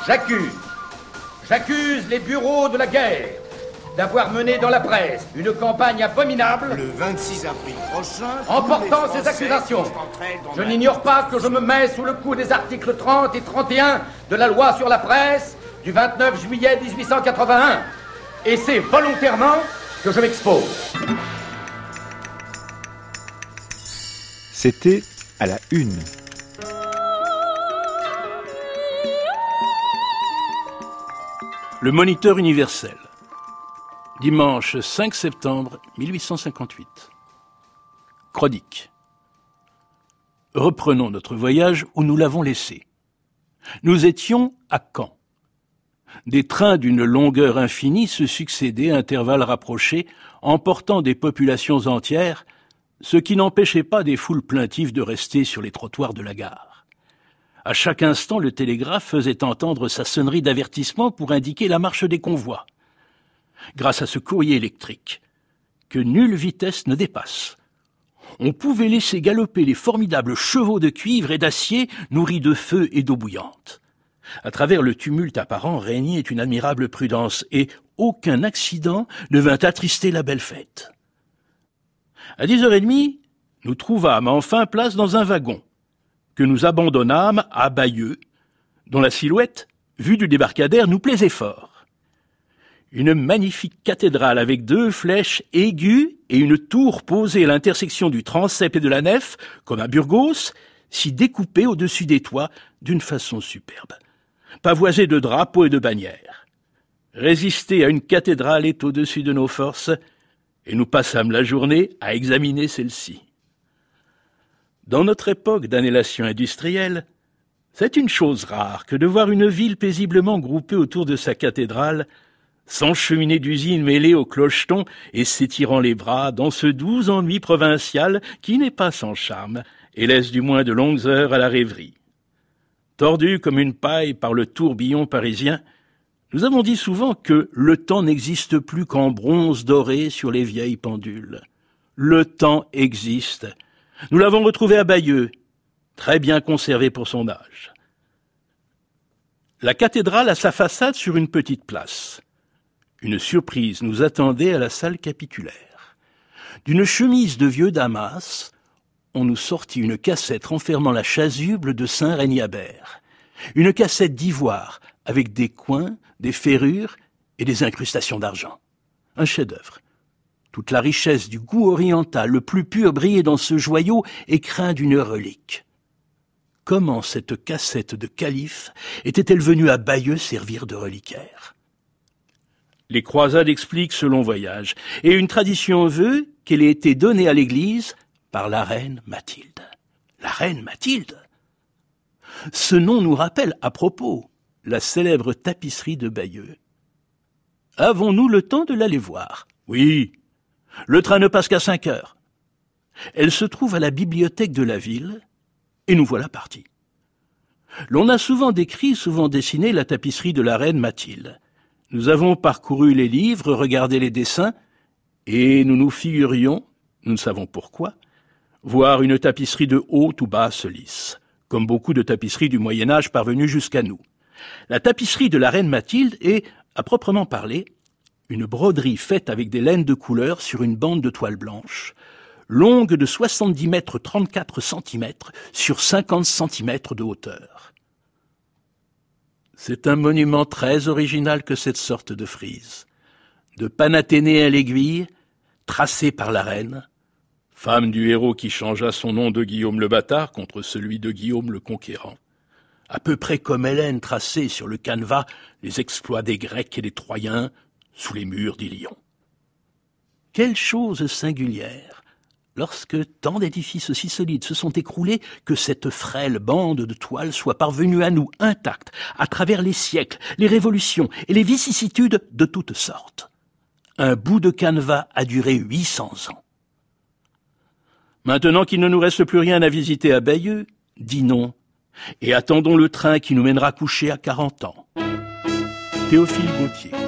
J'accuse les bureaux de la guerre d'avoir mené dans la presse une campagne abominable. Le 26 avril prochain, en portant ces accusations, je n'ignore pas que je me mets sous le coup des articles 30 et 31 de la loi sur la presse du 29 juillet 1881. Et c'est volontairement que je m'expose. C'était à la une. Le Moniteur universel. Dimanche 5 septembre 1858. Chronique. Reprenons notre voyage où nous l'avons laissé. Nous étions à Caen. Des trains d'une longueur infinie se succédaient à intervalles rapprochés, emportant des populations entières, ce qui n'empêchait pas des foules plaintives de rester sur les trottoirs de la gare. À chaque instant, le télégraphe faisait entendre sa sonnerie d'avertissement pour indiquer la marche des convois. Grâce à ce courrier électrique, que nulle vitesse ne dépasse, on pouvait laisser galoper les formidables chevaux de cuivre et d'acier nourris de feu et d'eau bouillante. À travers le tumulte apparent régnait une admirable prudence et aucun accident ne vint attrister la belle fête. À 10h30, nous trouvâmes enfin place dans un wagon, que nous abandonnâmes à Bayeux, dont la silhouette, vue du débarcadère, nous plaisait fort. Une magnifique cathédrale avec 2 flèches aiguës et une tour posée à l'intersection du transept et de la nef, comme à Burgos, s'y découpait au-dessus des toits d'une façon superbe, pavoisée de drapeaux et de bannières. Résister à une cathédrale est au-dessus de nos forces, et nous passâmes la journée à examiner celle-ci. Dans notre époque d'annihilation industrielle, c'est une chose rare que de voir une ville paisiblement groupée autour de sa cathédrale, sans cheminée d'usine mêlée au clocheton et s'étirant les bras dans ce doux ennui provincial qui n'est pas sans charme et laisse du moins de longues heures à la rêverie. Tordus comme une paille par le tourbillon parisien, nous avons dit souvent que le temps n'existe plus qu'en bronze doré sur les vieilles pendules. Le temps existe. Nous l'avons retrouvé à Bayeux, très bien conservé pour son âge. La cathédrale a sa façade sur une petite place. Une surprise nous attendait à la salle capitulaire. D'une chemise de vieux damas, on nous sortit une cassette renfermant la chasuble de saint Réniabert. Une cassette d'ivoire avec des coins, des ferrures et des incrustations d'argent. Un chef-d'œuvre. Toute la richesse du goût oriental le plus pur brillait dans ce joyau écrin d'une relique. Comment cette cassette de calife était-elle venue à Bayeux servir de reliquaire ? Les croisades expliquent ce long voyage, et une tradition veut qu'elle ait été donnée à l'Église par la reine Mathilde. La reine Mathilde ? Ce nom nous rappelle, à propos, la célèbre tapisserie de Bayeux. Avons-nous le temps de l'aller voir ? Oui. Le train ne passe qu'à 5 heures. Elle se trouve à la bibliothèque de la ville, et nous voilà partis. L'on a souvent décrit, souvent dessiné la tapisserie de la reine Mathilde. Nous avons parcouru les livres, regardé les dessins, et nous nous figurions, nous ne savons pourquoi, voir une tapisserie de haute ou basse lisse, comme beaucoup de tapisseries du Moyen-Âge parvenues jusqu'à nous. La tapisserie de la reine Mathilde est, à proprement parler, une broderie faite avec des laines de couleur sur une bande de toile blanche, longue de 70 mètres 34 centimètres sur 50 centimètres de hauteur. C'est un monument très original que cette sorte de frise. De Panathénée à l'aiguille, tracée par la reine, femme du héros qui changea son nom de Guillaume le Bâtard contre celui de Guillaume le Conquérant. À peu près comme Hélène traçait sur le canevas les exploits des Grecs et des Troyens sous les murs d'Ilion. Quelle chose singulière, lorsque tant d'édifices aussi solides se sont écroulés, que cette frêle bande de toile soit parvenue à nous intacte à travers les siècles, les révolutions et les vicissitudes de toutes sortes. Un bout de canevas a duré 800 ans. Maintenant qu'il ne nous reste plus rien à visiter à Bayeux, dînons et attendons le train qui nous mènera coucher à 40 ans. Théophile Gautier.